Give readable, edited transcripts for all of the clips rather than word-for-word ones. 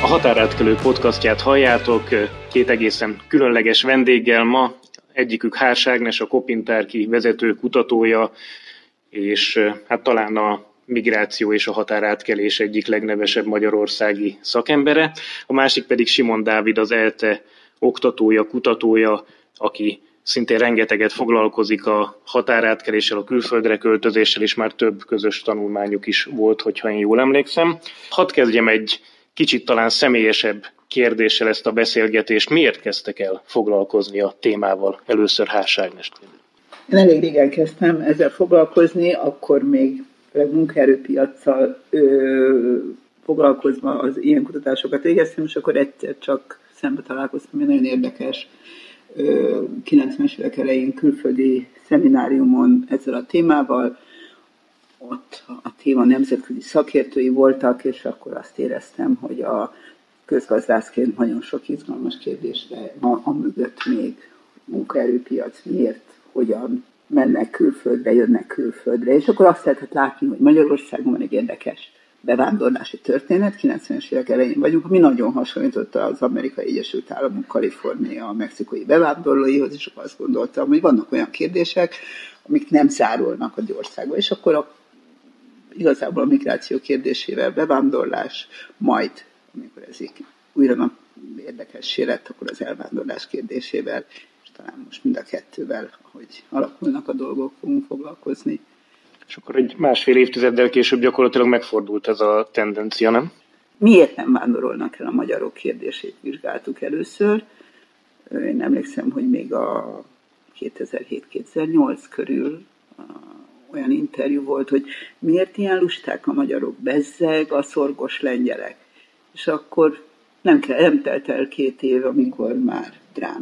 Határátkelő podcastját halljátok, két egészen különleges vendéggel ma. Egyikük Hárs Ágnes, a Kopintárki vezető kutatója, és hát talán a migráció és a határátkelés egyik legnevesebb magyarországi szakembere. A másik pedig Simon Dávid, az ELTE oktatója, kutatója, aki szintén rengeteget foglalkozik a határátkeléssel, a külföldre költözéssel, és már több közös tanulmányuk is volt, hogyha én jól emlékszem. Hadd kezdjem egy kicsit talán személyesebb kérdéssel ezt a beszélgetést. Miért kezdtek el foglalkozni a témával? Először Hárs Ágnest. Én elég régen kezdtem ezzel foglalkozni, akkor még munkaerőpiaccal foglalkozva az ilyen kutatásokat végeztem, és akkor egyszer csak szembe találkoztam egy nagyon érdekes 90-es évek elején külföldi szemináriumon ezzel a témával. Ott a téma nemzetközi szakértői voltak, és akkor azt éreztem, hogy a közgazdászként nagyon sok izgalmas kérdésre van amögött még munkaerőpiac, miért, hogyan mennek külföldre, jönnek külföldre. És akkor azt lehetett látni, hogy Magyarországon van egy érdekes bevándorlási történet, 90-es évek elején vagyunk, ami nagyon hasonlított az Amerikai Egyesült Államok, Kalifornia, a mexikai bevándorlóihoz, és azt gondoltam, hogy vannak olyan kérdések, amik nem zárulnak a országba. És akkor igazából a migráció kérdésével, bevándorlás, majd, amikor ez újra érdekessé lett, akkor az elvándorlás kérdésével, és talán most mind a kettővel, ahogy alakulnak a dolgok, fogunk foglalkozni. És akkor egy másfél évtizeddel később gyakorlatilag megfordult ez a tendencia, nem? Miért nem vándorolnak el a magyarok kérdését vizsgáltuk először. Én emlékszem, hogy még a 2007-2008 körül olyan interjú volt, hogy miért ilyen lusták a magyarok, bezzeg a szorgos lengyelek. És akkor nem telt el 2 év, amikor már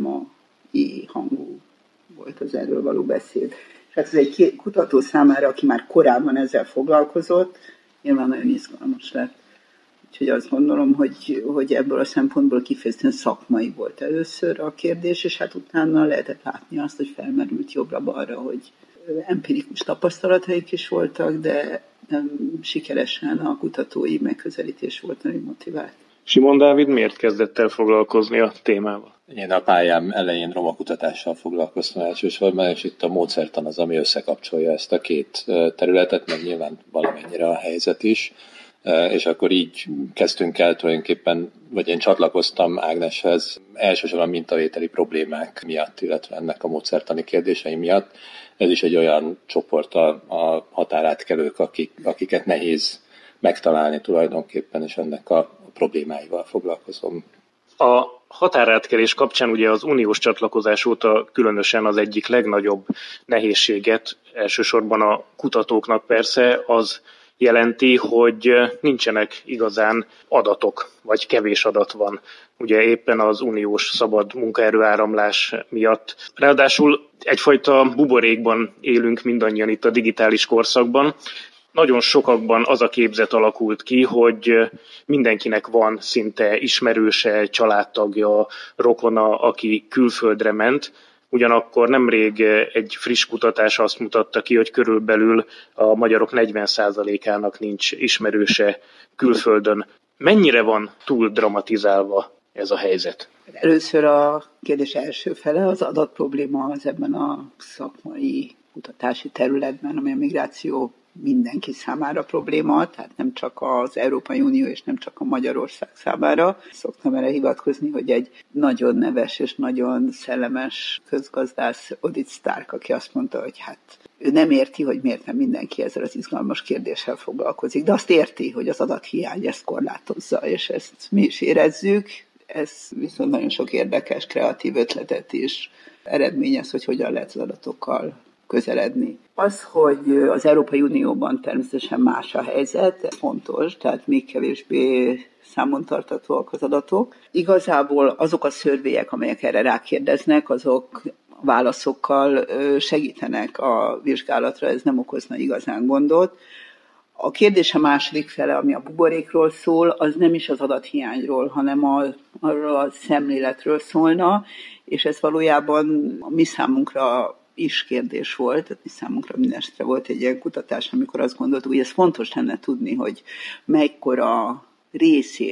drámai hangú volt az erről való beszéd. És hát ez egy kutató számára, aki már korábban ezzel foglalkozott, nyilván nagyon izgalmas lett. Úgyhogy azt gondolom, hogy ebből a szempontból kifejezetten szakmai volt először a kérdés, és hát utána lehetett látni azt, hogy felmerült jobbra-balra, hogy empirikus tapasztalataik is voltak, de nem sikeresen a kutatói megközelítés volt nagyon motivált. Simon Dávid miért kezdett el foglalkozni a témával? Én a pályám elején romakutatással foglalkoztam elsősorban, és itt a módszertan az, ami összekapcsolja ezt a két területet, meg nyilván valamennyire a helyzet is. És akkor így kezdtünk el tulajdonképpen, vagy én csatlakoztam Ágneshez elsősorban mintavételi problémák miatt, illetve ennek a módszertani kérdései miatt. Ez is egy olyan csoport a határátkelők, akiket nehéz megtalálni tulajdonképpen, és ennek a problémáival foglalkozom. A határátkelés kapcsán ugye az uniós csatlakozás óta különösen az egyik legnagyobb nehézséget, elsősorban a kutatóknak persze, az jelenti, hogy nincsenek igazán adatok, vagy kevés adat van. Ugye éppen az uniós szabad munkaerőáramlás miatt. Ráadásul egyfajta buborékban élünk mindannyian itt a digitális korszakban. Nagyon sokakban az a képzet alakult ki, hogy mindenkinek van szinte ismerőse, családtagja, rokona, aki külföldre ment. Ugyanakkor nemrég egy friss kutatás azt mutatta ki, hogy körülbelül a magyarok 40%-ának nincs ismerőse külföldön. Mennyire van túl dramatizálva ez a helyzet? Először a kérdés első fele, az adatprobléma az ebben a szakmai kutatási területben, amely a migráció mindenki számára probléma, tehát nem csak az Európai Unió és nem csak a Magyarország számára. Szoktam erre hivatkozni, hogy egy nagyon neves és nagyon szellemes közgazdász, Odith Stark, aki azt mondta, hogy hát ő nem érti, hogy miért nem mindenki ezzel az izgalmas kérdéssel foglalkozik, de azt érti, hogy az adathiány ezt korlátozza, és ezt mi is érezzük. Ez viszont nagyon sok érdekes, kreatív ötletet is eredményez, hogy hogyan lehet az adatokkal közeledni. Az, hogy az Európai Unióban természetesen más a helyzet, ez fontos, tehát még kevésbé számon tartatóak az adatok. Igazából azok a szörvélyek, amelyek erre rákérdeznek, azok válaszokkal segítenek a vizsgálatra, ez nem okozna igazán gondot. A kérdés a második fele, ami a buborékról szól, az nem is az adathiányról, hanem arról a szemléletről szólna, és ez valójában a mi számunkra is kérdés volt, tehát mi számunkra mindenesetre volt egy ilyen kutatás, amikor azt gondoltuk, hogy ez fontos lenne tudni, hogy mekkora részét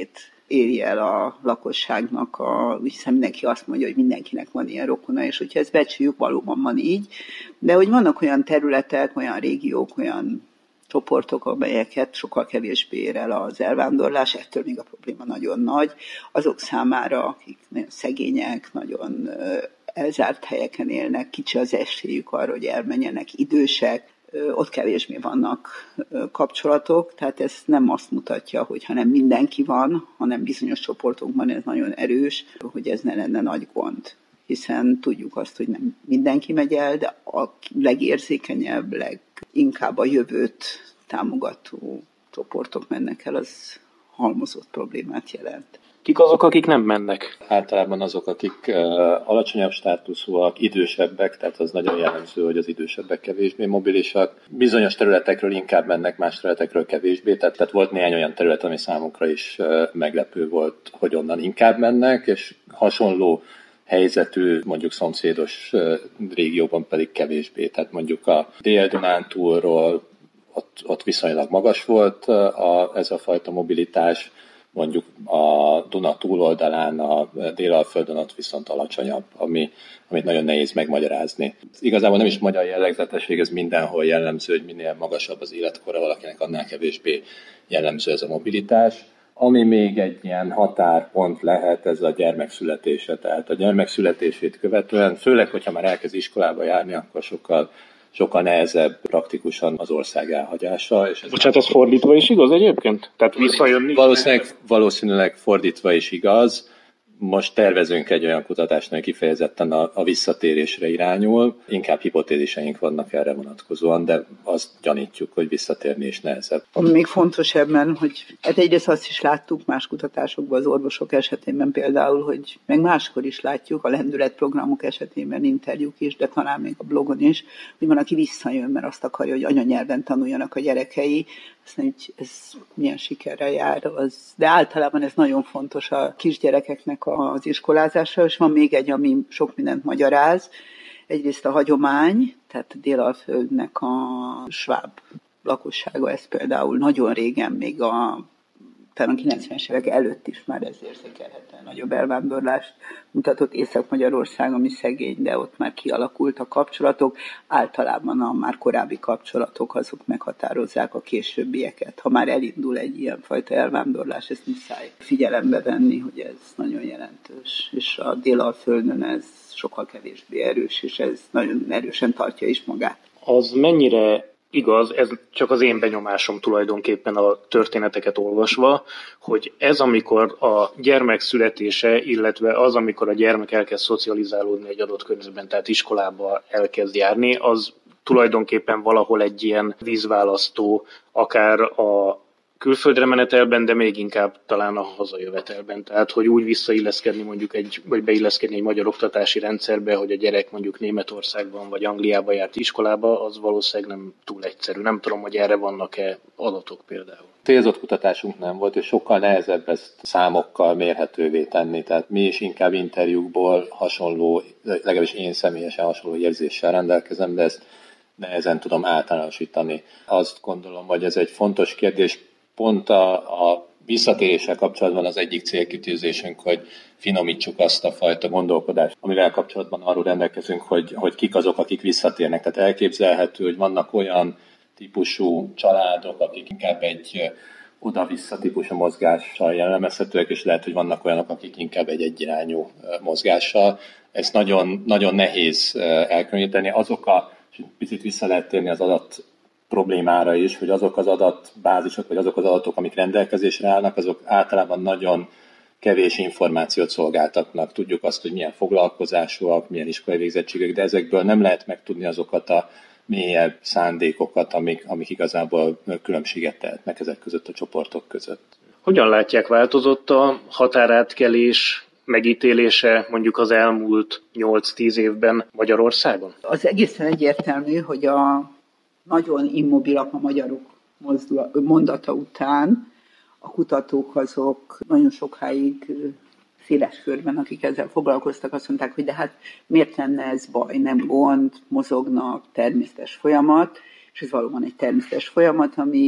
éri el a lakosságnak, hiszen mindenki azt mondja, hogy mindenkinek van ilyen rokona, és hogyha ezt becsüljük, valóban van így, de hogy vannak olyan területek, olyan régiók, olyan csoportok, amelyeket sokkal kevésbé ér el az elvándorlás, ettől még a probléma nagyon nagy. Azok számára, akik nagyon szegények, nagyon elzárt helyeken élnek, kicsi az esélyük arra, hogy elmenjenek, idősek, ott kevésbé vannak kapcsolatok, tehát ez nem azt mutatja, hogy hanem mindenki van, hanem bizonyos csoportokban ez nagyon erős, hogy ez ne lenne nagy gond. Hiszen tudjuk azt, hogy nem mindenki megy el, de a legérzékenyebb, leginkább a jövőt támogató csoportok mennek el, az halmozott problémát jelent. Kik azok, akik nem mennek? Általában azok, akik alacsonyabb státuszúak, idősebbek, tehát az nagyon jellemző, hogy az idősebbek kevésbé mobilisak. Bizonyos területekről inkább mennek, más területekről kevésbé, tehát volt néhány olyan terület, ami számunkra is meglepő volt, hogy onnan inkább mennek, és hasonló helyzetű, mondjuk szomszédos régióban pedig kevésbé. Tehát mondjuk a Dél-Dunántúlról ott viszonylag magas volt ez a fajta mobilitás, mondjuk a Duna túloldalán, a Délalföldön ott viszont alacsonyabb, amit nagyon nehéz megmagyarázni. Igazából nem is magyar jellegzetesség, ez mindenhol jellemző, hogy minél magasabb az életkora valakinek, annál kevésbé jellemző ez a mobilitás. Ami még egy ilyen határpont lehet, ez a gyermek születése. Tehát a gyermek születését követően, főleg, hogyha már elkezd iskolába járni, akkor sokkal nehezebb praktikusan az ország elhagyása. És Bocsánat, ez fordítva is igaz egyébként? Tehát visszajönni? Valószínűleg fordítva is igaz. Most tervezünk egy olyan kutatást, ami kifejezetten a visszatérésre irányul. Inkább hipotéziseink vannak erre vonatkozóan, de azt gyanítjuk, hogy visszatérni is nehezebb. Ami még fontos ebben, hogy egyrészt azt is láttuk más kutatásokban, az orvosok esetében például, hogy meg máskor is látjuk, a lendületprogramok esetében interjúk is, de talán még a blogon is, hogy van, aki visszajön, mert azt akarja, hogy anyanyelven tanuljanak a gyerekei. Azt mondja, hogy ez milyen sikerrel jár. De általában ez nagyon fontos a kisgyerekeknek az iskolázásra, és van még egy, ami sok mindent magyaráz. Egyrészt a hagyomány, tehát a Délalföldnek a sváb lakossága, ez például nagyon régen, még talán a 90-es évek előtt is már ez érzékelhetően nagyobb elvándorlást mutatott. Észak-Magyarország, ami szegény, de ott már kialakult a kapcsolatok. Általában a már korábbi kapcsolatok azok meghatározzák a későbbieket. Ha már elindul egy ilyenfajta elvándorlás, ezt muszáj figyelembe venni, hogy ez nagyon jelentős. És a Délalföldön ez sokkal kevésbé erős, és ez nagyon erősen tartja is magát. Az mennyire igaz, ez csak az én benyomásom tulajdonképpen a történeteket olvasva, hogy ez amikor a gyermek születése, illetve az, amikor a gyermek elkezd szocializálódni egy adott környezetben, tehát iskolába elkezd járni, az tulajdonképpen valahol egy ilyen vízválasztó, akár a külföldre menetelben, de még inkább talán a hazajövetelben. Tehát, hogy úgy visszailleszkedni vagy beilleszkedni egy magyar oktatási rendszerbe, hogy a gyerek mondjuk Németországban vagy Angliába járt iskolába, az valószínűleg nem túl egyszerű. Nem tudom, hogy erre vannak-e adatok például. Célzott kutatásunk nem volt, és sokkal nehezebb ezt számokkal mérhetővé tenni. Tehát mi is inkább interjúkból hasonló, legalábbis én személyesen hasonló érzéssel rendelkezem, de ezt nehezen tudom általánosítani. Azt gondolom, hogy ez egy fontos kérdés. Pont a visszatéréssel kapcsolatban az egyik célkitűzésünk, hogy finomítsuk azt a fajta gondolkodást, amivel kapcsolatban arról rendelkezünk, hogy kik azok, akik visszatérnek. Tehát elképzelhető, hogy vannak olyan típusú családok, akik inkább egy oda-vissza típusú mozgással jellemezhetőek, és lehet, hogy vannak olyanok, akik inkább egy egyirányú mozgással. Ez nagyon, nagyon nehéz elkülöníteni. És picit vissza lehet térni az adat problémára is, hogy azok az adatbázisok, vagy azok az adatok, amik rendelkezésre állnak, azok általában nagyon kevés információt szolgáltatnak. Tudjuk azt, hogy milyen foglalkozásúak, milyen iskolai végzettségek, de ezekből nem lehet megtudni azokat a mélyebb szándékokat, amik igazából különbséget tehetnek ezek között a csoportok között. Hogyan látják, változott a határátkelés megítélése mondjuk az elmúlt 8-10 évben Magyarországon? Az egészen egyértelmű, hogy a nagyon immobilak a magyarok mondata után a kutatók azok nagyon sokáig széles körben, akik ezzel foglalkoztak, azt mondták, hogy de hát miért lenne ez baj, nem gond, mozognak, természetes folyamat, és ez valóban egy természetes folyamat, ami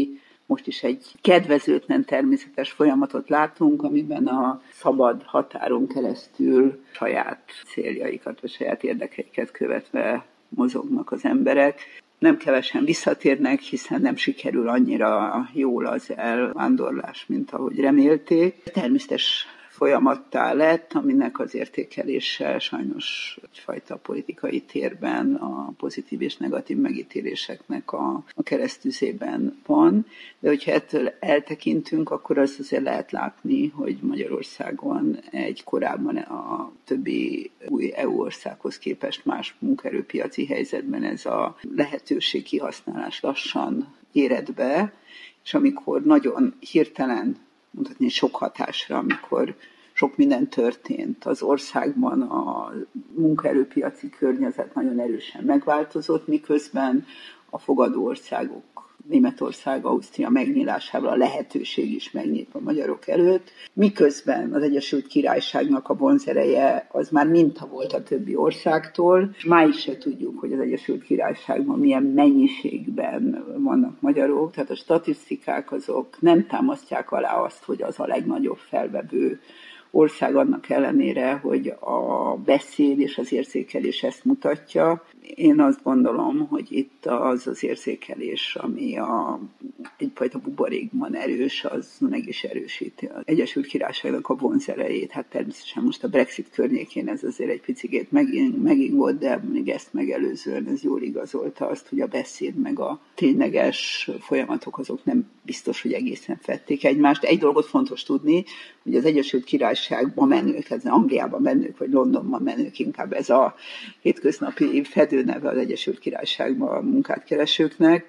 most is egy kedvezőtlen természetes folyamatot látunk, amiben a szabad határon keresztül saját céljaikat, vagy saját érdekeiket követve mozognak az emberek. Nem kevesen visszatérnek, hiszen nem sikerül annyira jól az elvándorlás, mint ahogy remélték. Természetes folyamattá lett, aminek az értékelése sajnos egyfajta politikai térben a pozitív és negatív megítéléseknek a keresztüzében van. De hogyha ettől eltekintünk, akkor azt azért lehet látni, hogy Magyarországon egy korábban a többi új EU országhoz képest más munkaerőpiaci helyzetben ez a lehetőség kihasználás lassan éred be, és amikor nagyon hirtelen, mondhatni sok hatásra, amikor sok minden történt. Az országban a munkaerőpiaci környezet nagyon erősen megváltozott, miközben a fogadó országok, Németország, Ausztria megnyílásával a lehetőség is megnyílt a magyarok előtt, miközben az Egyesült Királyságnak a vonzereje az már minta volt a többi országtól. Máig se tudjuk, hogy az Egyesült Királyságban milyen mennyiségben vannak magyarok, tehát a statisztikák azok nem támasztják alá azt, hogy az a legnagyobb felvevő ország, annak ellenére, hogy a beszéd és az érzékelés ezt mutatja. Én azt gondolom, hogy itt az érzékelés, ami egyfajta buborékban erős, az meg is erősíti az Egyesült Királyságnak a vonzerejét. Hát természetesen most a Brexit környékén ez azért egy picit megingott, de még ezt megelőzően ez jól igazolta azt, hogy a beszéd meg a tényleges folyamatok azok nem biztos, hogy egészen fedték egymást. Egy dolgot fontos tudni, hogy az Egyesült Királyságban menők, tehát Angliában menők, vagy Londonban menők, inkább ez a hétköznapi fedőneve az Egyesült Királyságban a munkát keresőknek,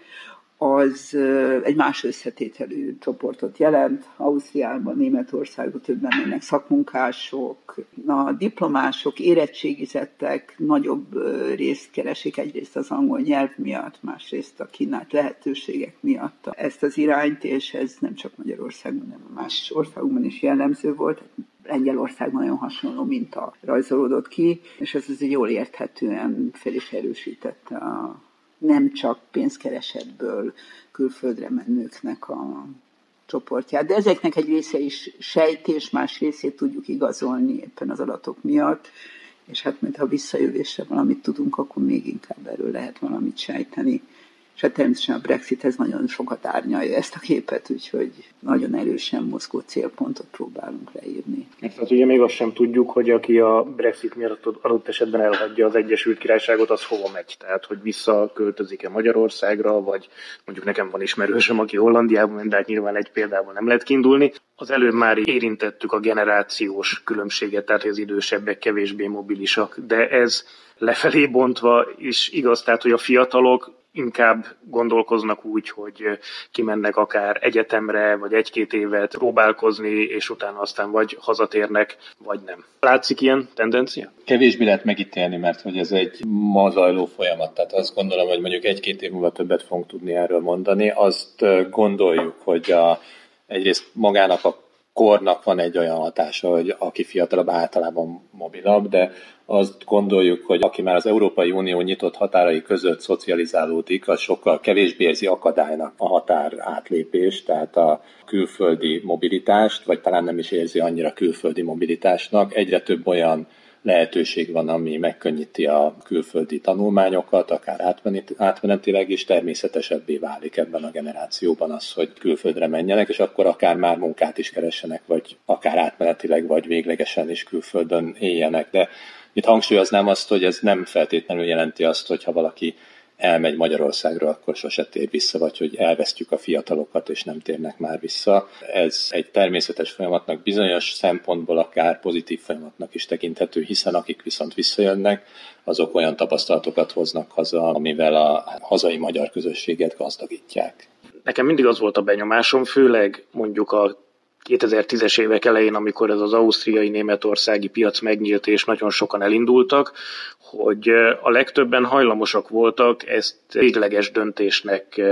az egy más összetételű csoportot jelent. Ausztriában, Németországban többen mennek szakmunkások, a diplomások, érettségizettek nagyobb részt keresik, egyrészt az angol nyelv miatt, másrészt a kínált lehetőségek miatt ezt az irányt, és ez nem csak Magyarországban, hanem más országokban is jellemző volt. Lengyelországban nagyon hasonló minta rajzolódott ki, és ez azért jól érthetően fel is erősítette a nem csak pénzkeresetből külföldre menőknek a csoportját. De ezeknek egy része is sejtés, más részét tudjuk igazolni éppen az adatok miatt, és hát mintha visszajövésre valamit tudunk, akkor még inkább erről lehet valamit sejteni. És hát természetesen a Brexit ez nagyon sokat árnyalja ezt a képet, úgyhogy nagyon erősen mozgó célpontot próbálunk leírni. Hát ugye még azt sem tudjuk, hogy aki a Brexit miatt adott esetben elhagyja az Egyesült Királyságot, az hova megy. Tehát, hogy visszaköltözik-e Magyarországra, vagy mondjuk nekem van ismerősöm, aki Hollandiában ment, de hát nyilván egy példával nem lehet kiindulni. Az előbb már érintettük a generációs különbséget, tehát az idősebbek kevésbé mobilisak, de ez lefelé bontva is igaz, tehát, hogy a fiatalok inkább gondolkoznak úgy, hogy kimennek akár egyetemre, vagy egy-két évet próbálkozni, és utána aztán vagy hazatérnek, vagy nem. Látszik ilyen tendencia? Kevésbé lehet megítélni, mert hogy ez egy ma zajló folyamat. Tehát azt gondolom, hogy mondjuk egy-két év múlva többet fogunk tudni erről mondani. Azt gondoljuk, hogy egyrészt magának a kornak van egy olyan hatása, hogy aki fiatalabb, általában mobilabb, de azt gondoljuk, hogy aki már az Európai Unió nyitott határai között szocializálódik, az sokkal kevésbé érzi akadálynak a határ átlépést, tehát a külföldi mobilitást, vagy talán nem is érzi annyira külföldi mobilitásnak. Egyre több olyan lehetőség van, ami megkönnyíti a külföldi tanulmányokat, akár átmenetileg is természetesebbé válik ebben a generációban az, hogy külföldre menjenek, és akkor akár már munkát is keressenek, vagy akár átmenetileg, vagy véglegesen is külföldön éljenek. De itt hangsúlyoznám azt, hogy ez nem feltétlenül jelenti azt, hogy ha valaki elmegy Magyarországról, akkor sose tér vissza, vagy hogy elvesztjük a fiatalokat, és nem térnek már vissza. Ez egy természetes folyamatnak, bizonyos szempontból akár pozitív folyamatnak is tekinthető, hiszen akik viszont visszajönnek, azok olyan tapasztalatokat hoznak haza, amivel a hazai magyar közösséget gazdagítják. Nekem mindig az volt a benyomásom, főleg mondjuk a 2010-es évek elején, amikor ez az ausztriai németországi piac megnyílt, és nagyon sokan elindultak, hogy a legtöbben hajlamosak voltak ezt végleges döntésnek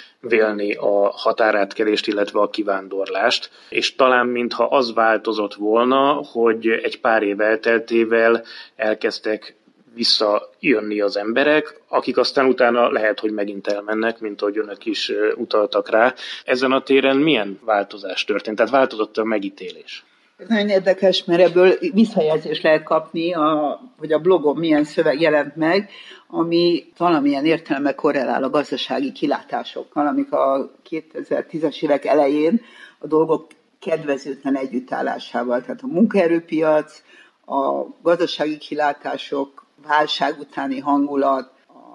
vélni a határátkelést, illetve a kivándorlást, és talán mintha az változott volna, hogy egy pár év elteltével elkezdtek visszajönni az emberek, akik aztán utána lehet, hogy megint elmennek, mint ahogy önök is utaltak rá. Ezen a téren milyen változás történt? Tehát változott a megítélés? Ez nagyon érdekes, mert ebből visszajelzést lehet kapni, hogy a blogon milyen szöveg jelent meg, ami valamilyen értelemben korrelál a gazdasági kilátásokkal, amik a 2010-es évek elején a dolgok kedvezőtlen együttállásával, tehát a munkaerőpiac, a gazdasági kilátások, válság utáni hangulat,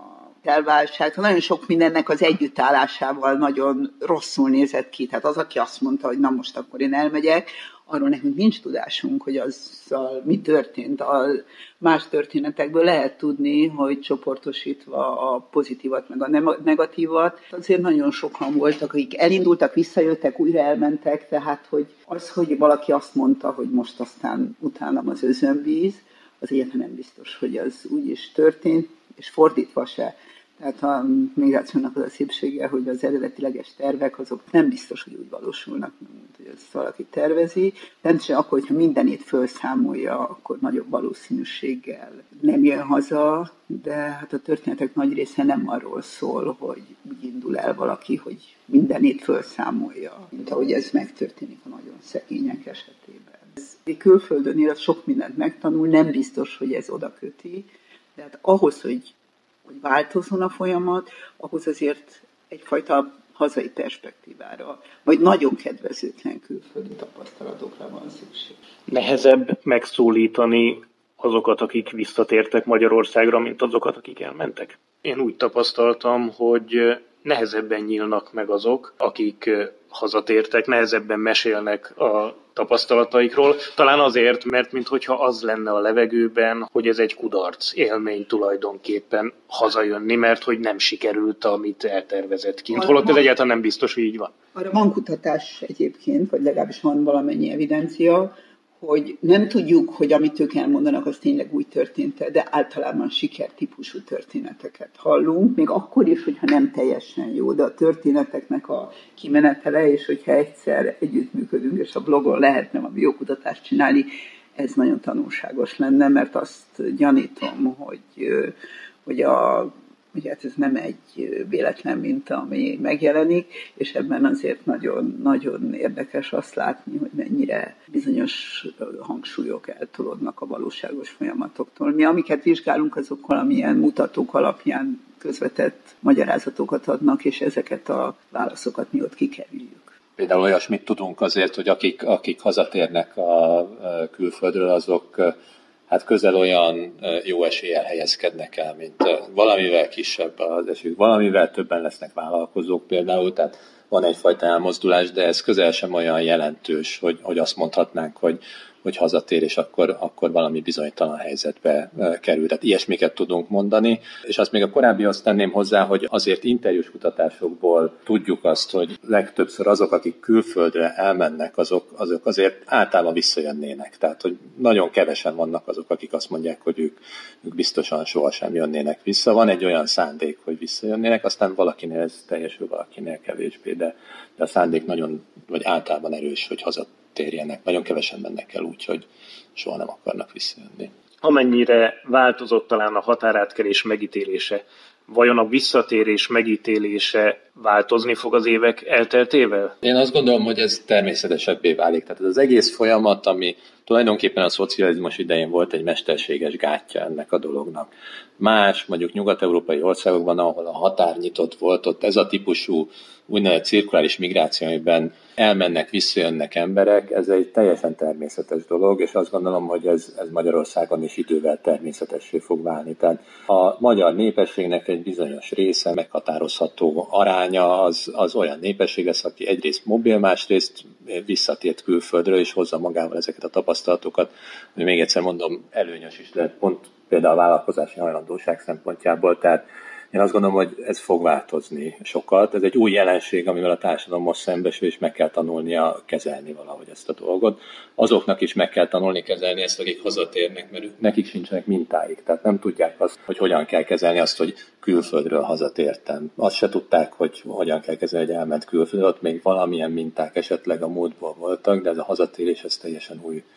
elválság, nagyon sok mindennek az együttállásával nagyon rosszul nézett ki. Tehát az, aki azt mondta, hogy na most akkor én elmegyek, arról nekünk nincs tudásunk, hogy azzal mi történt. A más történetekből lehet tudni, hogy csoportosítva a pozitívat meg a negatívat, azért nagyon sokan voltak, akik elindultak, visszajöttek, újra elmentek, tehát hogy valaki azt mondta, hogy most aztán utánam az özönvíz, az egyáltalán nem biztos, hogy az úgy is történt, és fordítva se. Tehát a migrációnak az a szépsége, hogy az eredetileges tervek, azok nem biztos, hogy úgy valósulnak, mint hogy ezt valaki tervezi. Természetesen akkor, hogyha mindenét felszámolja, akkor nagyobb valószínűséggel nem jön haza, de hát a történetek nagy része nem arról szól, hogy úgy indul el valaki, hogy mindenét felszámolja, mint ahogy ez megtörténik a nagyon szegények esetében. Külföldön él, sok mindent megtanul, nem biztos, hogy ez oda köti, de hát ahhoz, hogy változzon a folyamat, ahhoz azért egyfajta hazai perspektívára, vagy nagyon kedvezőtlen külföldi tapasztalatokra van szükség. Nehezebb megszólítani azokat, akik visszatértek Magyarországra, mint azokat, akik elmentek? Én úgy tapasztaltam, hogy nehezebben nyílnak meg azok, akik hazatértek, nehezebben mesélnek a tapasztalataikról. Talán azért, mert minthogyha az lenne a levegőben, hogy ez egy kudarc élmény tulajdonképpen hazajönni, mert hogy nem sikerült, amit eltervezett kint. Holott ez egyáltalán nem biztos, hogy így van. Arra van kutatás egyébként, vagy legalábbis van valamennyi evidencia, hogy nem tudjuk, hogy amit ők elmondanak, az tényleg úgy történt, de általában sikertípusú történeteket hallunk, még akkor is, hogyha nem teljesen jó, de a történeteknek a kimenetele, és hogyha egyszer együttműködünk, és a blogon lehetne valami jó kutatást csinálni, ez nagyon tanulságos lenne, mert azt gyanítom, hogy hát ez nem egy véletlen minta, ami megjelenik, és ebben azért nagyon, nagyon érdekes azt látni, hogy mennyire bizonyos hangsúlyok eltolódnak a valóságos folyamatoktól. Mi, amiket vizsgálunk, azok valamilyen mutatók alapján közvetett magyarázatokat adnak, és ezeket a válaszokat mi ott kikerüljük. Például olyasmit tudunk azért, hogy akik hazatérnek a külföldről, azok hát közel olyan jó eséllyel helyezkednek el, mint valamivel kisebb az esélyük, valamivel többen lesznek vállalkozók például, tehát van egyfajta elmozdulás, de ez közel sem olyan jelentős, hogy azt mondhatnánk, hogy hazatér, és akkor valami bizonytalan helyzetbe kerül. Tehát ilyesmiket tudunk mondani, és azt még a korábbihoz tenném hozzá, hogy azért interjús kutatásokból tudjuk azt, hogy legtöbbször azok, akik külföldre elmennek, azok azért általában visszajönnének. Tehát, hogy nagyon kevesen vannak azok, akik azt mondják, hogy ők biztosan sohasem jönnének vissza. Van egy olyan szándék, hogy visszajönnének, aztán valakinél ez teljesül, valakinél kevésbé, de a szándék nagyon, vagy általában erős, hogy hazatérjenek. Nagyon kevesen mennek el úgy, hogy soha nem akarnak visszajönni. Amennyire változott talán a határátkelés megítélése, vajon a visszatérés megítélése változni fog az évek elteltével? Én azt gondolom, hogy ez természetesebbé válik. Tehát ez az egész folyamat, ami tulajdonképpen a szocializmus idején volt egy mesterséges gátja ennek a dolognak. Más, mondjuk nyugat-európai országokban, ahol a határ nyitott volt, ott ez a típusú úgynevezett cirkuláris migráció, amiben elmennek, visszajönnek emberek, ez egy teljesen természetes dolog, és azt gondolom, hogy ez Magyarországon is idővel természetessé fog válni. Tehát a magyar népességnek egy bizonyos része, meghatározható aránya az olyan népesség lesz, aki egyrészt mobil, másrészt visszatért külföldről, és hozza magával ezeket a tapasztalatokat, hogy még egyszer mondom, előnyös is lehet pont például a vállalkozási hajlandóság szempontjából, tehát én azt gondolom, hogy ez fog változni sokat. Ez egy új jelenség, amivel a társadalom most szembesül, és meg kell tanulnia kezelni valahogy ezt a dolgot. Azoknak is meg kell tanulni kezelni ezt, akik hazatérnek, mert nekik sincsenek mintáik. Tehát nem tudják azt, hogy hogyan kell kezelni azt, hogy külföldről hazatértem. Azt se tudták, hogy hogyan kell kezelni, hogy elment külföldről. Ott még valamilyen minták esetleg a múltból voltak, de ez a hazatérés ez teljesen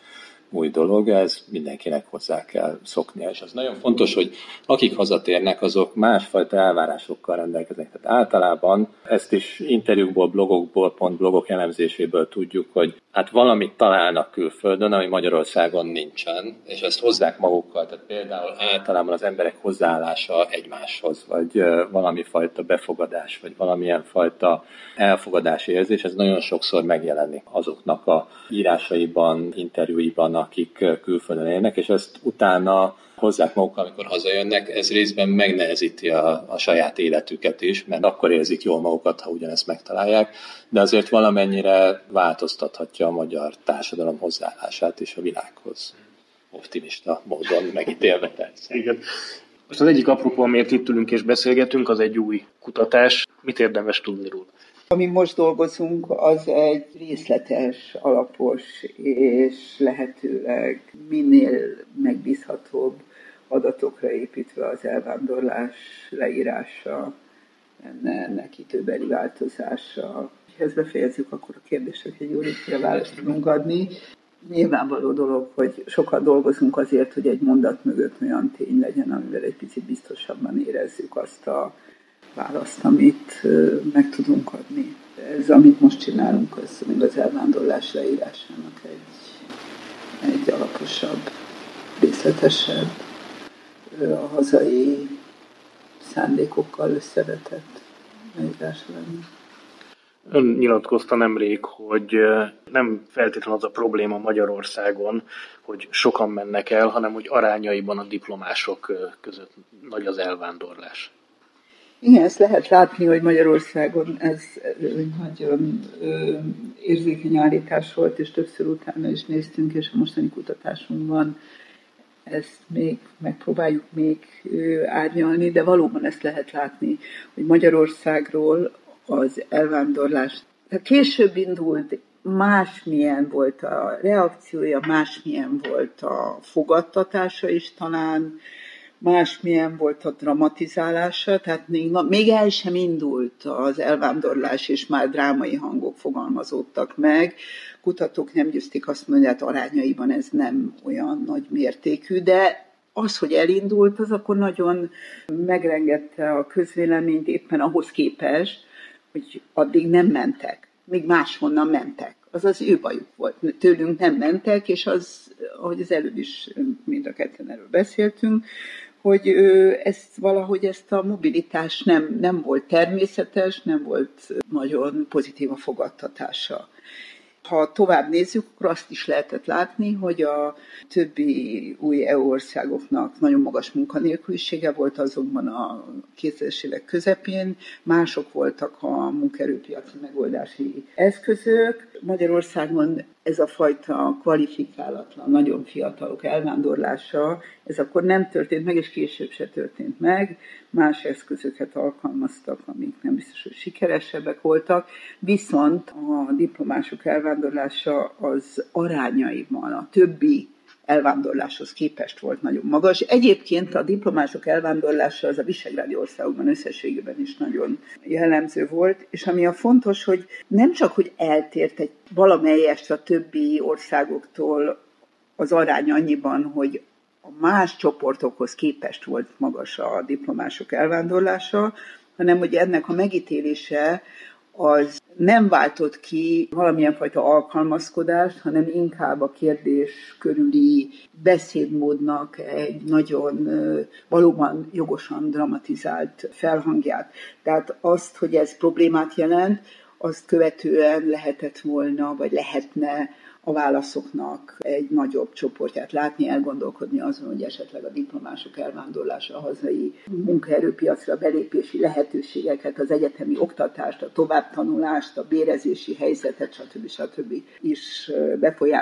új dolog, ez mindenkinek hozzá kell szoknia. És az nagyon fontos, hogy akik hazatérnek, azok másfajta elvárásokkal rendelkeznek. Tehát általában ezt is interjúkból, blogokból, pont blogok elemzéséből tudjuk, hogy hát valamit találnak külföldön, ami Magyarországon nincsen, és ezt hozzák magukkal. Tehát például általában az emberek hozzáállása egymáshoz, vagy valami fajta befogadás, vagy valamilyen fajta elfogadási érzés, ez nagyon sokszor megjelenik azoknak a írásaiban, interjúiban, akik külföldön élnek, és ezt utána hozzák magukkal, amikor hazajönnek, ez részben megnehezíti a saját életüket is, mert akkor érzik jól magukat, ha ugyanezt megtalálják, de azért valamennyire változtathatja a magyar társadalom hozzáállását is a világhoz. Optimista módon megítélve persze. Igen. Most az egyik apropó, amiért itt ülünk és beszélgetünk, az egy új kutatás. Mit érdemes tudni róla? Amin most dolgozunk, az egy részletes, alapos és lehetőleg minél megbízhatóbb adatokra építve az elvándorlás leírása, ennek időbeli változása. Ha ezt befejezzük, akkor a kérdések egy jó részére választ tudunk adni. Nyilvánvaló dolog, hogy sokat dolgozunk azért, hogy egy mondat mögött olyan tény legyen, amivel egy picit biztosabban érezzük azt a választ, amit meg tudunk adni. Ez, amit most csinálunk, az még az elvándorlás leírásának egy alaposabb, részletesebb, a hazai szándékokkal összevetett leírása lenne. Ön nyilatkozta nemrég, hogy nem feltétlenül az a probléma Magyarországon, hogy sokan mennek el, hanem hogy arányaiban a diplomások között nagy az elvándorlás. Igen, ezt lehet látni, hogy Magyarországon ez nagyon érzékeny állítás volt, és többször utána is néztünk, és a mostani kutatásunkban ezt még megpróbáljuk még árnyalni, de valóban ezt lehet látni, hogy Magyarországról az elvándorlás később indult, másmilyen volt a reakciója, másmilyen volt a fogadtatása is talán, másmilyen volt a dramatizálása, tehát még el sem indult az elvándorlás, és már drámai hangok fogalmazódtak meg. Kutatók nem győzték azt mondani, hogy hát arányaiban ez nem olyan nagy mértékű, de az, hogy elindult, az akkor nagyon megrengette a közvéleményt éppen ahhoz képest, hogy addig nem mentek, még máshonnan mentek. Az az ő bajuk volt. Tőlünk nem mentek, és az, ahogy az előbb is mind a ketten erről beszéltünk, hogy ezt a mobilitás nem volt természetes, nem volt nagyon pozitív a fogadtatása. Ha tovább nézzük, akkor azt is lehetett látni, hogy a többi új EU országoknak nagyon magas munkanélkülisége volt azokban a 2000-es évek közepén, mások voltak a munkaerőpiaci megoldási eszközök. Magyarországon ez a fajta kvalifikálatlan, nagyon fiatalok elvándorlása, ez akkor nem történt meg, és később se történt meg. Más eszközöket alkalmaztak, amik nem biztos, hogy sikeresebbek voltak, viszont a diplomások elvándorlása az arányaiban a többi elvándorláshoz képest volt nagyon magas. Egyébként a diplomások elvándorlása az a visegrádi országokban összességében is nagyon jellemző volt, és ami a fontos, hogy nem csak, hogy eltért egy valamelyest a többi országoktól az arány annyiban, hogy a más csoportokhoz képest volt magas a diplomások elvándorlása, hanem hogy ennek a megítélése az nem váltott ki valamilyen fajta alkalmazkodást, hanem inkább a kérdés körüli beszédmódnak egy nagyon valóban jogosan dramatizált felhangját. Tehát azt, hogy ez problémát jelent, azt követően lehetett volna, vagy lehetne a válaszoknak egy nagyobb csoportját látni, elgondolkodni azon, hogy esetleg a diplomások elvándorlása, a hazai munkaerőpiacra belépési lehetőségeket, az egyetemi oktatást, a továbbtanulást, a bérezési helyzetet, stb. Is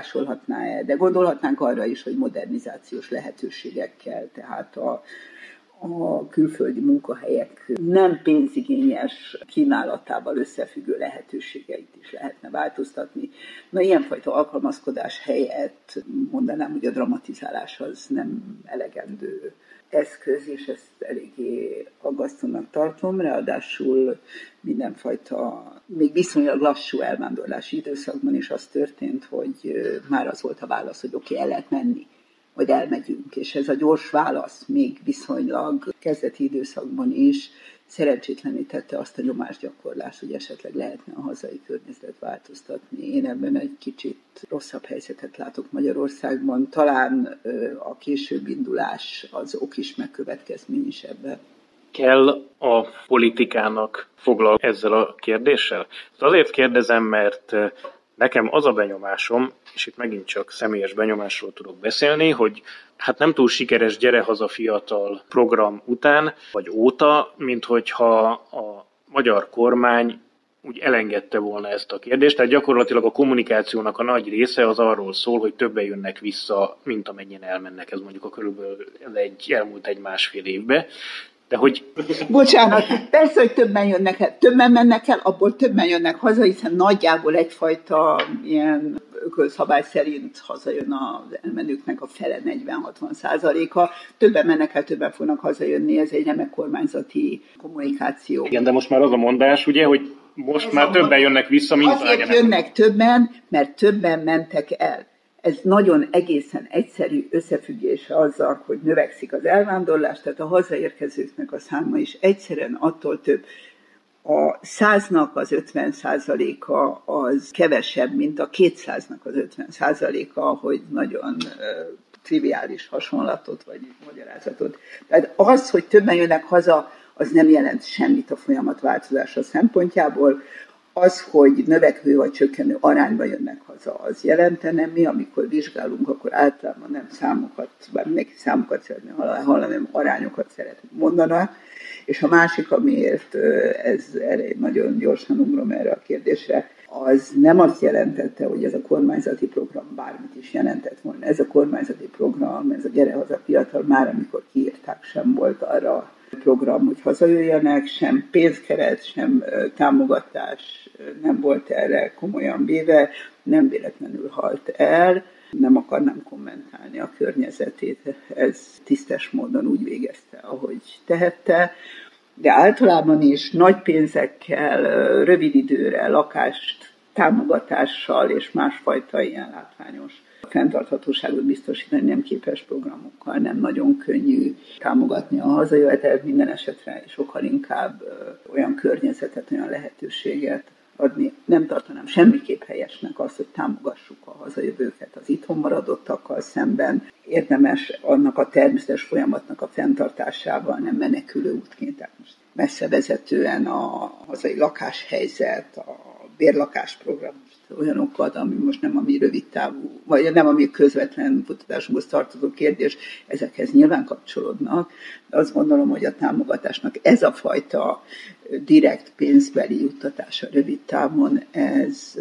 befolyásolhatná-e. De gondolhatnánk arra is, hogy modernizációs lehetőségekkel, tehát a külföldi munkahelyek nem pénzigényes kínálatával összefüggő lehetőségeit is lehetne változtatni. Na, ilyenfajta alkalmazkodás helyett mondanám, hogy a dramatizálás az nem elegendő eszköz, és ezt eléggé aggasztónak tartom, ráadásul mindenfajta, még viszonylag lassú elvándorlási időszakban is az történt, hogy már az volt a válasz, hogy oké, el lehet menni, vagy elmegyünk, és ez a gyors válasz még viszonylag kezdeti időszakban is szerencsétlenítette azt a nyomásgyakorlást, hogy esetleg lehetne a hazai környezetet változtatni. Én ebben egy kicsit rosszabb helyzetet látok Magyarországban. Talán a később indulás az ok is, meg következmény is ebben. Kell a politikának foglalkozni ezzel a kérdéssel? Azért kérdezem, mert nekem az a benyomásom, és itt megint csak személyes benyomásról tudok beszélni, hogy hát nem túl sikeres Gyere haza fiatal program után, vagy óta, mint hogyha a magyar kormány úgy elengedte volna ezt a kérdést. Tehát gyakorlatilag a kommunikációnak a nagy része az arról szól, hogy többen jönnek vissza, mint amennyien elmennek. Ez mondjuk körülbelül elmúlt egy másfél évbe. De hogy... Bocsánat, persze, hogy többen mennek el, abból többen jönnek haza, hiszen nagyjából egyfajta ilyen ökölszabály szerint hazajön az elmenőknek a fele, 40-60%-a. Többen mennek el, többen fognak hazajönni, ez egy remek kormányzati kommunikáció. Igen, de most már az a mondás, ugye, hogy most már többen jönnek vissza, mint azért jönnek többen, mert többen mentek el. Ez nagyon egészen egyszerű összefüggése azzal, hogy növekszik az elvándorlás, tehát a hazaérkezőknek a száma is egyszerűen attól több. A 100-nak az 50%-a az kevesebb, mint a 200-nak az 50%-a, hogy nagyon triviális hasonlatot vagy magyarázatot. Tehát az, hogy többen jönnek haza, az nem jelent semmit a folyamat változása szempontjából. Az, hogy növekvő vagy csökkenő arányban jönnek haza, az jelentene. Mi, amikor vizsgálunk, akkor általában nem számokat, bár mindenki számokat szeretne hallani, hanem arányokat szeretne mondani. És a másik, amiért ez nagyon gyorsan ugrom erre a kérdésre, az nem azt jelentette, hogy ez a kormányzati program bármit is jelentett volna. Ez a kormányzati program, ez a Gyere haza fiatal, már amikor kiírták, sem volt arra program, hogy hazajöjjenek, sem pénzkeret, sem támogatás nem volt erre komolyan véve, nem véletlenül halt el. Nem akarnám kommentálni a környezetét, ez tisztes módon úgy végezte, ahogy tehette, de általában is nagy pénzekkel, rövid időre, lakást támogatással és másfajta ilyen látványos fenntarthatóságot biztosítani nem képes programokkal nem nagyon könnyű támogatni a hazajövetelt, minden esetre sokkal inkább olyan környezetet, olyan lehetőséget adni. Nem tartanám semmiképp helyesnek azt, hogy támogassuk a hazajövőket az itthon maradottakkal szemben. Érdemes annak a természetes folyamatnak a fenntartásával, nem menekülő útként, tehát most messze vezetően a hazai lakáshelyzet, a bérlakásprogram, olyanokat, ami most nem a mi rövid távú, vagy nem a mi közvetlen kutatásunkhoz tartozó kérdés, ezekhez nyilván kapcsolódnak, de azt gondolom, hogy a támogatásnak ez a fajta direkt pénzbeli juttatása rövid távon, ez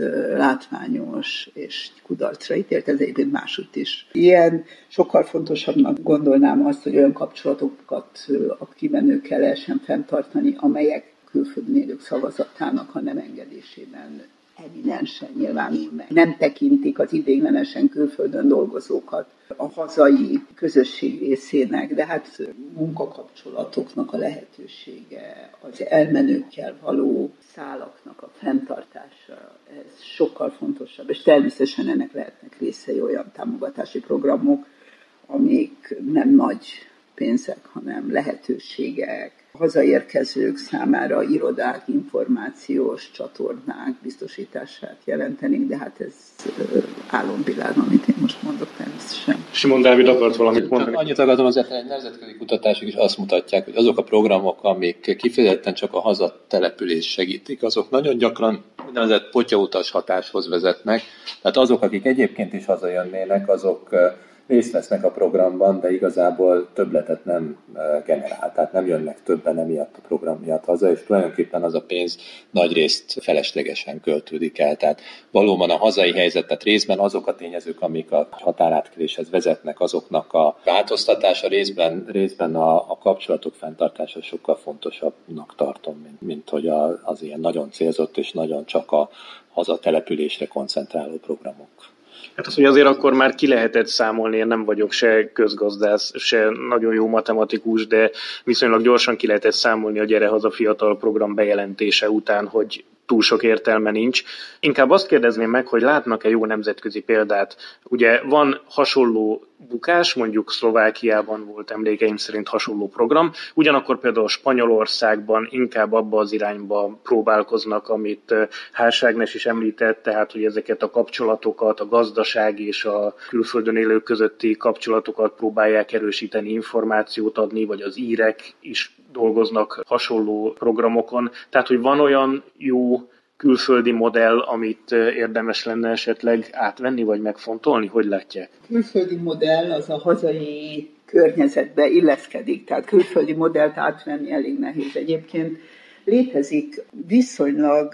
látványos és kudarcra ítélt, ez egyébként másutt is. Ilyen sokkal fontosabbnak gondolnám azt, hogy olyan kapcsolatokat a kimenőkkel lehessen fenntartani, amelyek külföldi élők szavazatának a nem engedésében evidensen nyilvánul meg. Nem tekintik az ideiglenesen külföldön dolgozókat a hazai közösség részének, de hát munkakapcsolatoknak a lehetősége, az elmenőkkel való szálaknak a fenntartása, ez sokkal fontosabb, és természetesen ennek lehetnek részei olyan támogatási programok, amik nem nagy pénzek, hanem lehetőségek, hazaérkezők számára irodák, információs csatornák biztosítását jelentenék, de hát ez álomvilág, amit én most mondok természetesen. Simon Dávid akart valamit mondani. Annyit akartam, azért egy nemzetközi kutatások is azt mutatják, hogy azok a programok, amik kifejezetten csak a hazatelepülés segítik, azok nagyon gyakran úgynevezett potyautas hatáshoz vezetnek. Tehát azok, akik egyébként is hazajönnének, azok részt vesznek a programban, de igazából többletet nem generál, tehát nem jönnek többen emiatt a program miatt haza, és tulajdonképpen az a pénz nagyrészt feleslegesen költődik el. Tehát valóban a hazai helyzetet részben azok a tényezők, amik a határátkeléshez vezetnek, azoknak a változtatása, részben a kapcsolatok fenntartása sokkal fontosabbnak tartom, mint hogy az ilyen nagyon célzott és nagyon csak a hazatelepülésre koncentráló programok. Hát az, hogy azért akkor már ki lehetett számolni, én nem vagyok se közgazdász, se nagyon jó matematikus, de viszonylag gyorsan ki lehetett számolni a Gyere Haza Fiatal program bejelentése után, hogy túl sok értelme nincs. Inkább azt kérdezném meg, hogy látnak-e jó nemzetközi példát. Ugye van hasonló bukás, mondjuk Szlovákiában volt emlékeim szerint hasonló program, ugyanakkor például Spanyolországban inkább abba az irányba próbálkoznak, amit Hárs Ágnes is említett, tehát hogy ezeket a kapcsolatokat, a gazdaság és a külföldön élők közötti kapcsolatokat próbálják erősíteni, információt adni, vagy az írek is dolgoznak hasonló programokon. Tehát, hogy van olyan jó külföldi modell, amit érdemes lenne esetleg átvenni, vagy megfontolni? Hogy látják? Külföldi modell az a hazai környezetbe illeszkedik, tehát külföldi modellt átvenni elég nehéz. Egyébként létezik viszonylag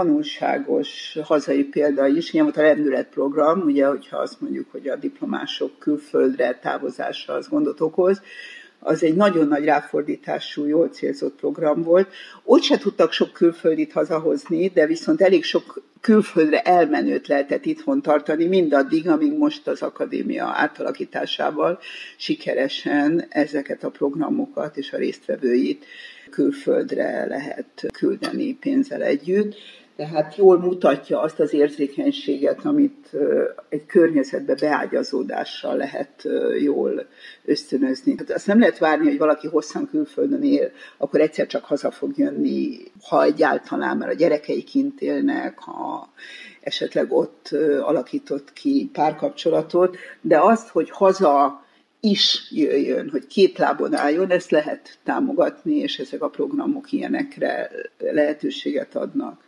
tanulságos hazai példa is, ilyen volt a lendületprogram, ugye, hogyha azt mondjuk, hogy a diplomások külföldre távozása az gondot okoz, az egy nagyon nagy ráfordítású, jól célzott program volt. Ott se tudtak sok külföldit hazahozni, de viszont elég sok külföldre elmenőt lehetett itthon tartani, mindaddig, amíg most az akadémia átalakításával sikeresen ezeket a programokat és a résztvevőit külföldre lehet küldeni pénzzel együtt. Tehát jól mutatja azt az érzékenységet, amit egy környezetbe beágyazódással lehet jól ösztönözni. Hát azt nem lehet várni, hogy valaki hosszan külföldön él, akkor egyszer csak haza fog jönni, ha egyáltalán, mert a gyerekei kint élnek, ha esetleg ott alakított ki párkapcsolatot, de azt, hogy haza is jöjjön, hogy két lábon álljon, ezt lehet támogatni, és ezek a programok ilyenekre lehetőséget adnak.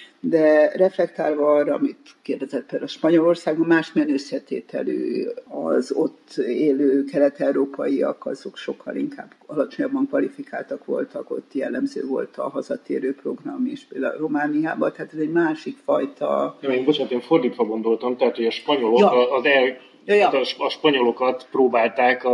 De reflektálva arra, amit kérdezett például Spanyolországban, másmilyen összetételű az ott élő kelet-európaiak, azok sokkal inkább alacsonyabban kvalifikáltak voltak, ott jellemző volt a hazatérő program is, például Romániában, tehát ez egy másik fajta... Én fordítva gondoltam, tehát hogy a spanyolok a spanyolokat próbálták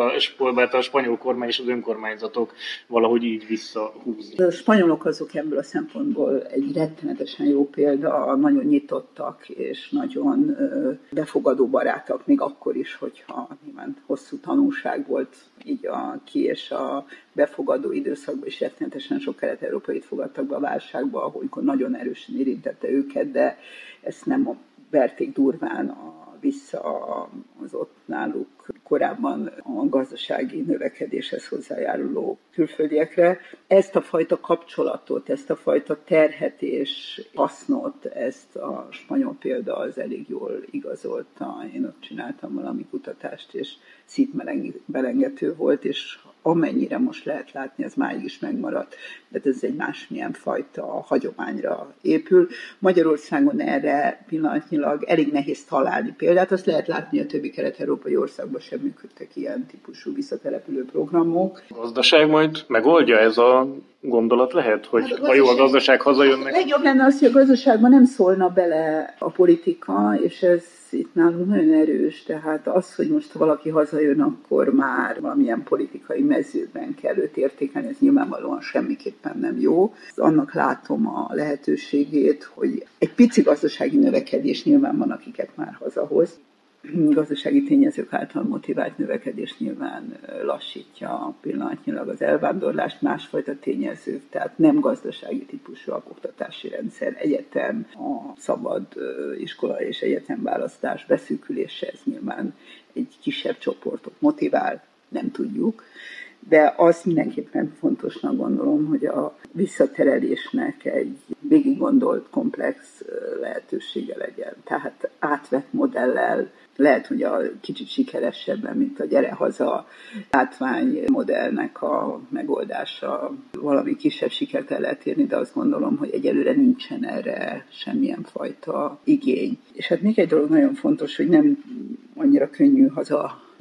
a spanyol kormány és az önkormányzatok valahogy így visszahúzni. A spanyolok azok ebből a szempontból egy rettenetesen jó példa, nagyon nyitottak és nagyon befogadó barátok, még akkor is, hogyha nyilván hosszú tanulság volt így a ki- és a befogadó időszakban is rettenetesen sok kelet-európait fogadtak be a válságba, amikor nagyon erősen érintette őket, de ezt nem verték durván vissza az ott náluk korábban a gazdasági növekedéshez hozzájáruló külföldiekre. Ezt a fajta kapcsolatot, ezt a fajta terhet és hasznot, ezt a spanyol példa az elég jól igazolta. Én ott csináltam valami kutatást, és szívmelengető volt, és amennyire most lehet látni, ez máig is megmaradt, de ez egy másmilyen fajta hagyományra épül. Magyarországon erre pillanatnyilag elég nehéz találni példát, azt lehet látni, a többi kelet-európai országban sem működtek ilyen típusú visszatelepülő programok. A gazdaság majd megoldja, ez a gondolat lehet, hogy ha jó a gazdaság, hazajönnek? Legjobb lenne az, hogy a gazdaságban nem szólna bele a politika, és ez itt nálunk nagyon erős, tehát az, hogy most valaki hazajön, akkor már valamilyen politikai mezőben kell őt értékelni, ez nyilvánvalóan semmiképpen nem jó. Annak látom a lehetőségét, hogy egy pici gazdasági növekedés nyilván van, akiket már hazahoz. Gazdasági tényezők által motivált növekedés nyilván lassítja pillanatnyilag az elvándorlást, másfajta tényezők, tehát nem gazdasági típusú oktatási rendszer, egyetem, a szabad iskola és egyetemválasztás beszűkülése, ez nyilván egy kisebb csoportot motivál, nem tudjuk. De azt mindenképpen fontosnak gondolom, hogy a visszaterelésnek egy végiggondolt, komplex lehetősége legyen. Tehát átvett modellel, lehet, hogy a kicsit sikeresebben, mint a Gyere Haza látványmodellnek a megoldása, valami kisebb sikert el lehet érni, de azt gondolom, hogy egyelőre nincsen erre semmilyen fajta igény. És hát még egy dolog nagyon fontos, hogy nem annyira könnyű haza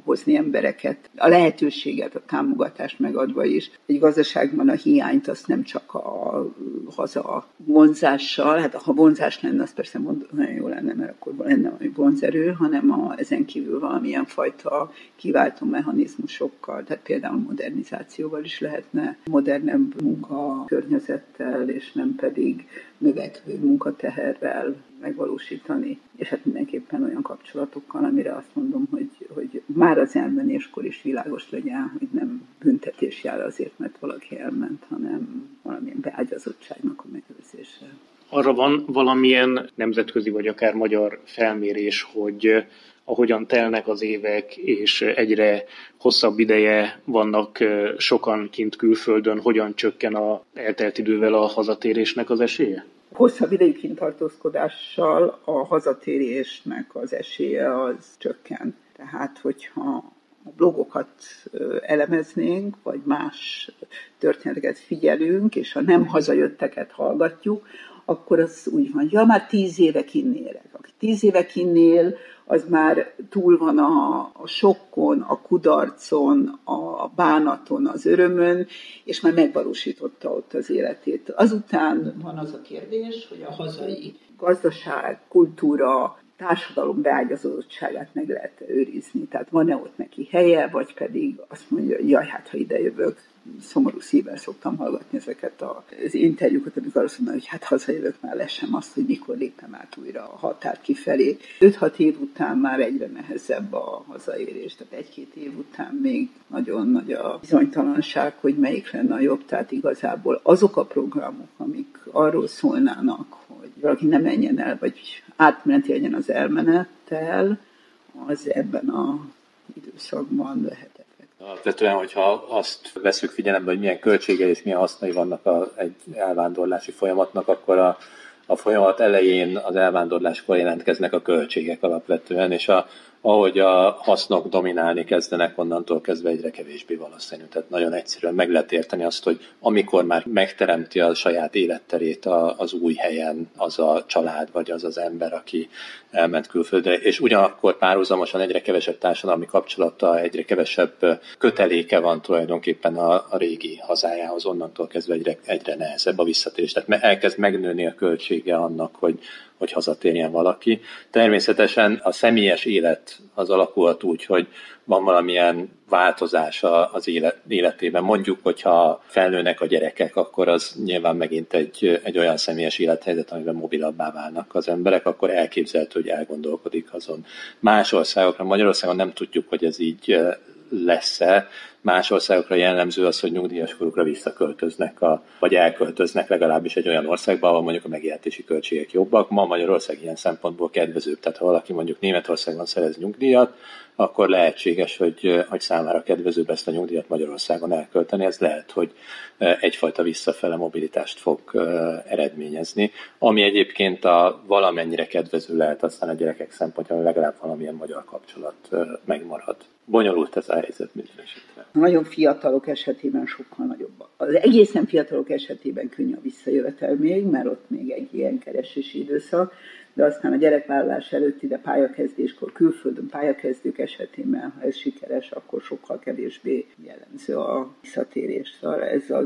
hozni embereket, a lehetőséget, a támogatást megadva is. Egy gazdaságban a hiányt azt nem csak a haza vonzással, hát ha vonzás lenne, az persze nagyon jó lenne, mert akkor lenne valami vonzerő, hanem ezen kívül valamilyen fajta kiváltó mechanizmusokkal, tehát például modernizációval is lehetne modernebb munkakörnyezettel, és nem pedig növekvő munkateherrel megvalósítani, és hát mindenképpen olyan kapcsolatokkal, amire azt mondom, hogy már az elmenéskor is világos legyen, hogy nem büntetés jár azért, mert valaki elment, hanem valamilyen beágyazottságnak a megőrzése. Arra van valamilyen nemzetközi vagy akár magyar felmérés, hogy ahogyan telnek az évek, és egyre hosszabb ideje vannak sokan kint külföldön, hogyan csökken az eltelt idővel a hazatérésnek az esélye? Hosszabb idejű kintartózkodással a hazatérésnek az esélye az csökken. Tehát, hogyha a blogokat elemeznénk, vagy más történeteket figyelünk, és a nem hazajötteket hallgatjuk, akkor az úgy van, ja, már 10 éve kinn élek. Aki 10 éve kinn él, az már túl van a sokkon, a kudarcon, a bánaton, az örömön, és már megvalósította ott az életét. Azután van az a kérdés, hogy a hazai gazdaság, kultúra, társadalom beágyazottságát meg lehet őrizni. Tehát van-e ott neki helye, vagy pedig azt mondja, jaj, hát ha ide jövök, szomorú szívvel szoktam hallgatni ezeket az interjúkat, amikor azt mondom, hogy hát hazajövök, már lesem azt, hogy mikor lépem át újra a határt kifelé. 5-6 év után már egyre nehezebb a hazaérés, tehát 1-2 év után még nagyon nagy a bizonytalanság, hogy melyik lenne a jobb. Tehát igazából azok a programok, amik arról szólnának, hogy valaki ne menjen el, vagy átmeneti legyen az elmenettel, az ebben az időszakban lehet. Alapvetően, hogyha azt veszük figyelembe, hogy milyen költségei és milyen hasznai vannak egy elvándorlási folyamatnak, akkor a folyamat elején az elvándorláskor jelentkeznek a költségek alapvetően, és ahogy a hasznok dominálni kezdenek, onnantól kezdve egyre kevésbé valószínű. Tehát nagyon egyszerűen meg lehet érteni azt, hogy amikor már megteremti a saját életterét az új helyen az a család, vagy az az ember, aki elment külföldre, és ugyanakkor párhuzamosan egyre kevesebb társadalmi kapcsolata, egyre kevesebb köteléke van tulajdonképpen a régi hazájához, onnantól kezdve egyre nehezebb a visszatérés. Tehát elkezd megnőni a költsége annak, hogy hazatérjen valaki. Természetesen a személyes élet az alakulhat úgy, hogy van valamilyen változás az életében. Mondjuk, hogyha felnőnek a gyerekek, akkor az nyilván megint egy olyan személyes élethelyzet, amiben mobilabbá válnak az emberek, akkor elképzelhető, hogy elgondolkodik azon. Más országokra, Magyarországon nem tudjuk, hogy ez így lesz-e. Más országokra jellemző az, hogy nyugdíjas korukra visszaköltöznek, vagy elköltöznek legalábbis egy olyan országba, ahol mondjuk a megélhetési költségek jobbak. Ma Magyarország ilyen szempontból kedvezőbb. Tehát ha valaki mondjuk Németországban szerez nyugdíjat, akkor lehetséges, hogy számára kedvezőbb ezt a nyugdíjat Magyarországon elkölteni. Ez lehet, hogy egyfajta visszafele mobilitást fog eredményezni, ami egyébként valamennyire kedvező lehet aztán a gyerekek szempontjából, legalább valamilyen magyar kapcsolat megmarad. Bonyolult ez a helyzet minden esetre. Nagyon fiatalok esetében sokkal nagyobb. Az egészen fiatalok esetében könnyű a visszajövetel még, mert ott még egy ilyen keresési időszak, de aztán a gyerekvállalás előtt ide pályakezdéskor, külföldön pályakezdők esetében, ha ez sikeres, akkor sokkal kevésbé jellemző a visszatérés. Szóval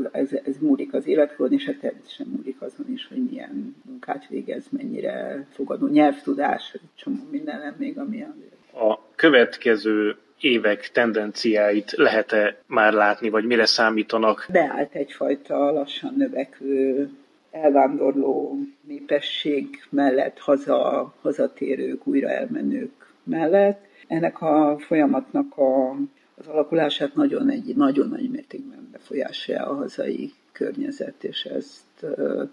ez múlik az életről, és hát természetesen múlik azon is, hogy milyen munkát végez, mennyire fogadó nyelvtudás, hogy csomó minden még, ami a következő évek tendenciáit lehet-e már látni, vagy mire számítanak? Beállt egyfajta lassan növekvő elvándorló népesség mellett, hazatérők, újra elmenők mellett. Ennek a folyamatnak az alakulását nagyon nagy mértékben befolyásolja a hazai környezet, és ezt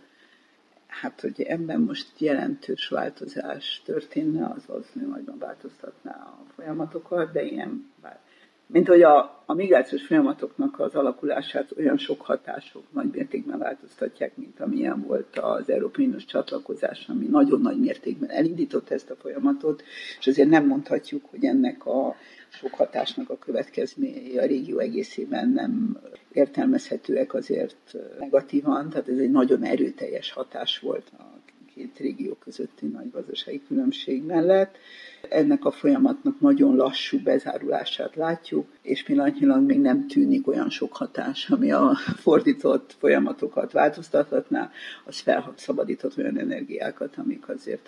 hát, hogy ebben most jelentős változás történne, az nagyban változtatná a folyamatokat, de mint hogy a migrációs folyamatoknak az alakulását olyan sok hatások nagy mértékben változtatják, mint amilyen volt az Európai Uniós csatlakozás, ami nagyon nagy mértékben elindított ezt a folyamatot, és azért nem mondhatjuk, hogy ennek a sok hatásnak a következményei a régió egészében nem értelmezhetőek azért negatívan, tehát ez egy nagyon erőteljes hatás volt a két régió közötti nagy gazdasági különbség mellett, ennek a folyamatnak nagyon lassú bezárulását látjuk, és pillanatnyilag még nem tűnik olyan sok hatás, ami a fordított folyamatokat változtathatná, az felszabadított olyan energiákat, amik azért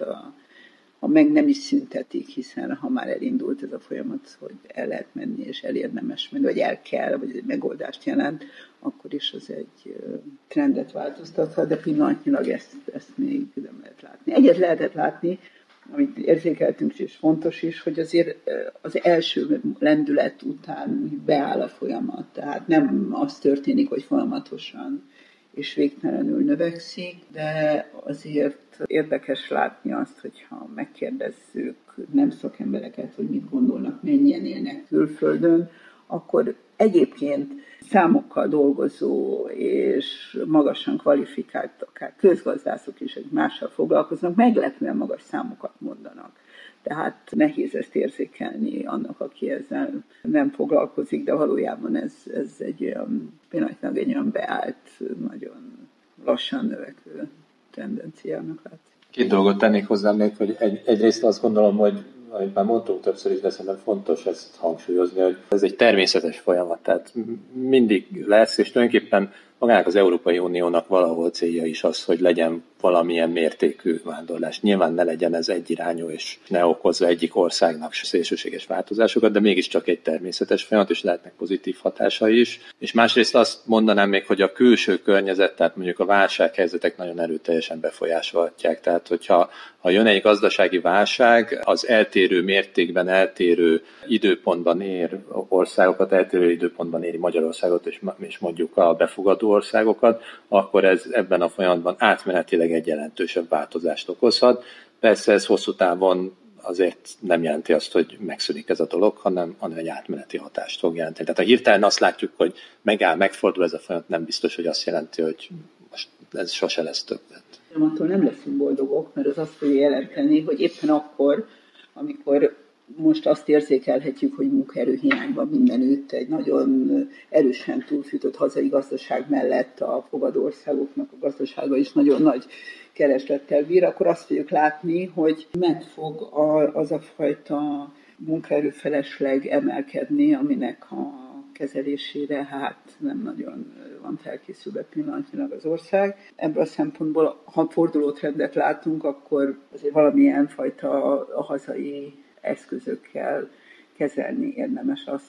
ha meg nem is szüntetik, hiszen ha már elindult ez a folyamat, hogy el lehet menni, és elérdemes menni, vagy el kell, vagy egy megoldást jelent, akkor is az egy trendet változtathat, de pillanatnyilag ezt még nem lehet látni. Egyet lehetett látni, amit érzékeltünk, és fontos is, hogy azért az első lendület után beáll a folyamat. Tehát nem az történik, hogy folyamatosan és végtelenül növekszik, de azért érdekes látni azt, hogyha megkérdezzük nem szakembereket, hogy mit gondolnak, mennyien élnek külföldön, akkor egyébként számokkal dolgozó és magasan kvalifikált, akár közgazdászok is, akik mással foglalkoznak, meglepően magas számokat mondanak. Tehát nehéz ezt érzékelni annak, aki ezzel nem foglalkozik, de valójában ez egy olyan pillanatnyilag egy olyan beállt, nagyon lassan növekvő tendenciának látszik. Két dolgot tennék hozzá még, hogy egyrészt azt gondolom, hogy amit már mondtunk többször is, de szerintem fontos ezt hangsúlyozni, hogy ez egy természetes folyamat, tehát mindig lesz, és tulajdonképpen magának az Európai Uniónak valahol célja is az, hogy legyen valamilyen mértékű vándorlás. Nyilván ne legyen ez egyirányú, és ne okozza egyik országnak szélsőséges változásokat, de mégiscsak egy természetes folyamat, és lehetnek pozitív hatásai is. És másrészt azt mondanám még, hogy a külső környezet, tehát mondjuk a válsághelyzetek nagyon erőteljesen befolyásolhatják. Tehát, hogyha jön egy gazdasági válság, az eltérő mértékben, eltérő időpontban ér országokat, eltérő időpontban éri Magyarországot, és mondjuk a befogadó országokat, akkor ez ebben a folyamatban átmenetileg egy jelentősebb változást okozhat. Persze ez hosszú távon azért nem jelenti azt, hogy megszűnik ez a dolog, hanem egy átmeneti hatást fog jelenteni. Tehát ha hirtelen azt látjuk, hogy megáll, megfordul ez a folyamat, nem biztos, hogy azt jelenti, hogy most ez sose lesz többet. Attól nem leszünk boldogok, mert az azt fogja jelenteni, hogy éppen akkor, amikor most azt érzékelhetjük, hogy munkaerőhiány van mindenütt, egy nagyon erősen túlfűtött hazai gazdaság mellett a fogadó országoknak a gazdasága is nagyon nagy kereslettel bír, akkor azt fogjuk látni, hogy meg fog az a fajta munkaerőfelesleg emelkedni, aminek a kezelésére nem nagyon van felkészülve pillanatnyilag az ország. Ebből a szempontból, ha forduló trendet látunk, akkor azért valamilyen fajta a hazai eszközökkel kezelni érdemes azt,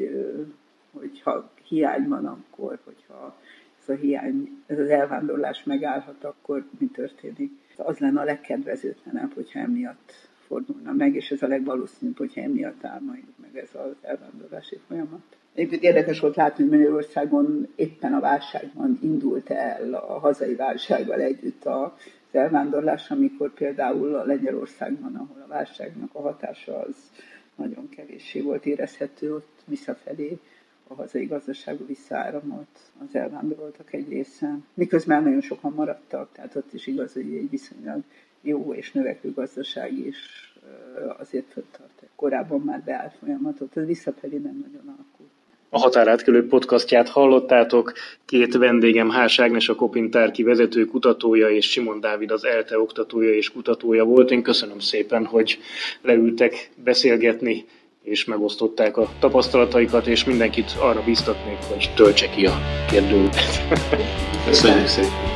hogy ha hiány van, akkor, hogyha ez a hiány, ez az elvándorlás megállhat, akkor mi történik? Az lenne a legkedvezőtlenebb, hogyha emiatt fordulna meg, és ez a legvalószínűbb, hogyha emiatt áll majd meg ez az elvándorlási folyamat. Egyébként érdekes volt látni, hogy Magyarországon éppen a válságban indult el a hazai válsággal együtt az elvándorlás, amikor például a Lengyelországban, ahol a válságnak a hatása az nagyon kevéssé volt érezhető, ott visszafelé a hazai gazdaságba visszaáramott az elvándoroltak egy része. Miközben nagyon sokan maradtak, tehát ott is igaz, hogy egy viszonylag jó és növekvő gazdaság is azért fönntart korábban már beállt folyamatot, az visszafelé nem nagyon alakult. A Határátkelő podcastját hallottátok, két vendégem Hárs Ágnes, a Kopintárki vezető kutatója, és Simon Dávid, az ELTE oktatója és kutatója volt. Én köszönöm szépen, hogy leültek beszélgetni, és megosztották a tapasztalataikat, és mindenkit arra bíztatnék, hogy töltse ki a kérdőívet. Köszönjük szépen!